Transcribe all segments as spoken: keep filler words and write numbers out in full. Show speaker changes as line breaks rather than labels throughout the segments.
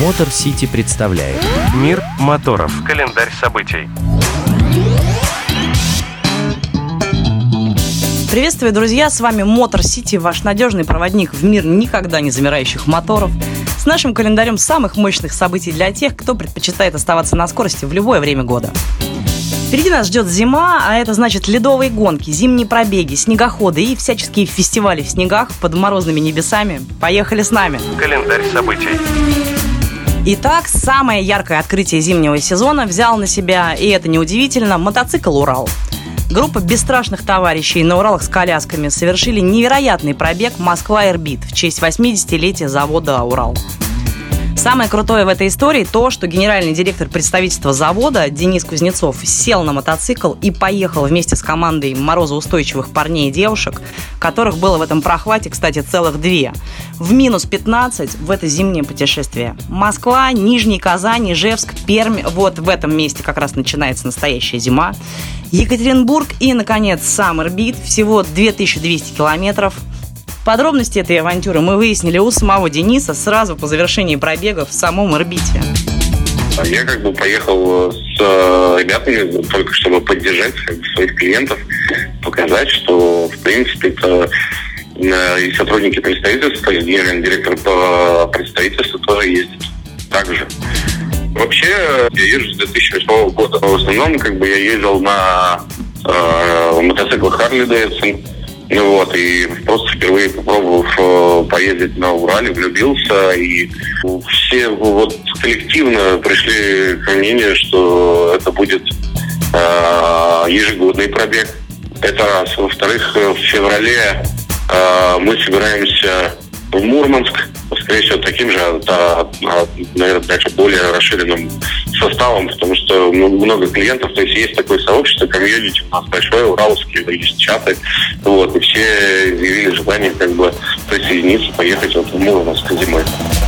Мотор Сити представляет
Мир моторов. Календарь событий.
Приветствую, друзья! С вами Мотор Сити, ваш надежный проводник в мир никогда не замирающих моторов. С нашим календарем самых мощных событий для тех, кто предпочитает оставаться на скорости в любое время года. Впереди нас ждет зима, а это значит ледовые гонки, зимние пробеги, снегоходы и всяческие фестивали в снегах под морозными небесами. Поехали с нами!
Календарь событий.
Итак, самое яркое открытие зимнего сезона взял на себя, и это неудивительно, мотоцикл «Урал». Группа бесстрашных товарищей на Уралах с колясками совершили невероятный пробег Москва-Ирбит в честь восьмидесятилетия завода «Урал». Самое крутое в этой истории то, что генеральный директор представительства завода Денис Кузнецов сел на мотоцикл и поехал вместе с командой морозоустойчивых парней и девушек, которых было в этом прохвате, кстати, целых две, в минус пятнадцать в это зимнее путешествие. Москва, Нижний Казань, Ижевск, Пермь, вот в этом месте как раз начинается настоящая зима. Екатеринбург и, наконец, сам Ирбит, всего две тысячи двести километров. Подробности этой авантюры мы выяснили у самого Дениса сразу по завершении пробега в самом Ирбите.
Я как бы поехал с э, ребятами только чтобы поддержать как бы, своих клиентов, показать, что в принципе это э, и сотрудники представительства, и генеральный директор по представительству тоже ездит так же. Вообще я езжу с две тысячи восьмого года. В основном как бы я ездил на э, мотоциклах Harley Davidson. Ну вот, и просто впервые попробовав э, поездить на Урале, влюбился, и все вот коллективно пришли к мнению, что это будет э, ежегодный пробег. Это раз. Во-вторых, в феврале э, мы собираемся в Мурманск, скорее всего, таким же, а, а, наверное, дальше более расширенным составом, потому что много клиентов, то есть есть такое сообщество, комьюнити у нас большое, уралские, есть чаты, вот, и все изъявили желание как бы присоединиться, поехать вот в Мурманск зимой.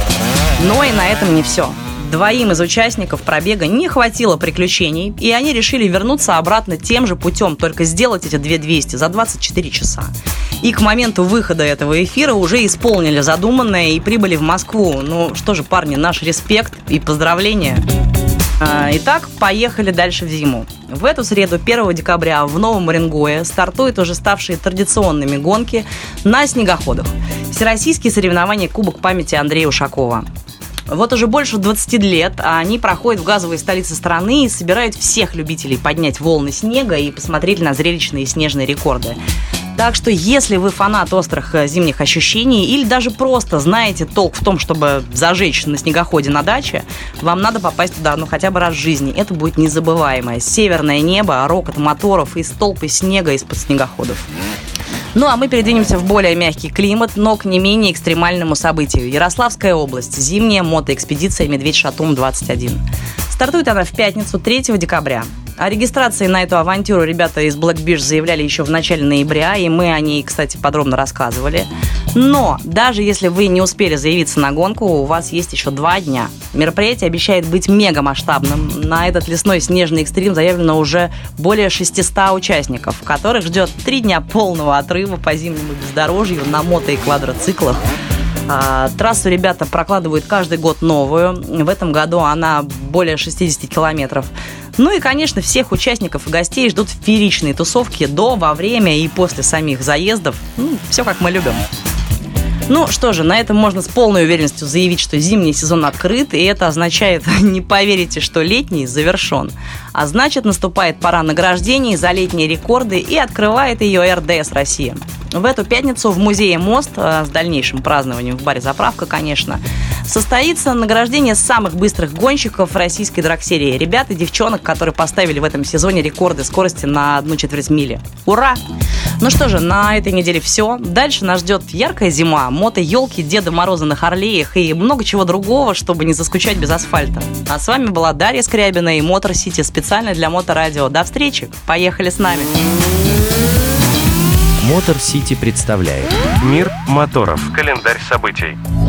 Но и на этом не все. Двоим из участников пробега не хватило приключений, и они решили вернуться обратно тем же путем, только сделать эти две тысячи двести за двадцать четыре часа. И к моменту выхода этого эфира уже исполнили задуманное и прибыли в Москву. Ну что же, парни, наш респект и поздравления. Итак, поехали дальше в зиму. В эту среду, первого декабря, в Новом Уренгое стартуют уже ставшие традиционными гонки на снегоходах. Всероссийские соревнования Кубок памяти Андрея Ушакова. Вот уже больше двадцати лет они проходят в газовой столице страны и собирают всех любителей поднять волны снега и посмотреть на зрелищные снежные рекорды. Так что, если вы фанат острых зимних ощущений или даже просто знаете толк в том, чтобы зажечь на снегоходе на даче, вам надо попасть туда, ну, хотя бы раз в жизни. Это будет незабываемое. Северное небо, рокот моторов и столпы снега из-под снегоходов. Ну, а мы передвинемся в более мягкий климат, но к не менее экстремальному событию. Ярославская область. Зимняя мотоэкспедиция «Медведь-Шатун-двадцать один». Стартует она в пятницу, третьего декабря. О регистрации на эту авантюру ребята из Black Beach заявляли еще в начале ноября, и мы о ней, кстати, подробно рассказывали. Но даже если вы не успели заявиться на гонку, у вас есть еще два дня. Мероприятие обещает быть мега-масштабным. На этот лесной снежный экстрим заявлено уже более шестисот участников, которых ждет три дня полного отрыва по зимнему бездорожью на мото- и квадроциклах. А, трассу ребята прокладывают каждый год новую. В этом году она более шестидесяти километров. Ну и, конечно, всех участников и гостей ждут фееричные тусовки до, во время и после самих заездов. Ну, все как мы любим. Ну что же, на этом можно с полной уверенностью заявить, что зимний сезон открыт, и это означает, не поверите, что летний завершен. А значит, наступает пора награждений за летние рекорды и открывает ее эр дэ эс Россия. В эту пятницу в музее «Мост», с дальнейшим празднованием в баре «Заправка», конечно, состоится награждение самых быстрых гонщиков российской драг-серии. Ребят и девчонок, которые поставили в этом сезоне рекорды скорости на одну четверть мили. Ура! Ну что же, на этой неделе все. Дальше нас ждет яркая зима, мото-елки, Деда Мороза на Харлеях и много чего другого, чтобы не заскучать без асфальта. А с вами была Дарья Скрябина и Мотор Сити специально для Моторадио. До встречи! Поехали с нами!
Мотор Сити представляет
Мир моторов. Календарь событий.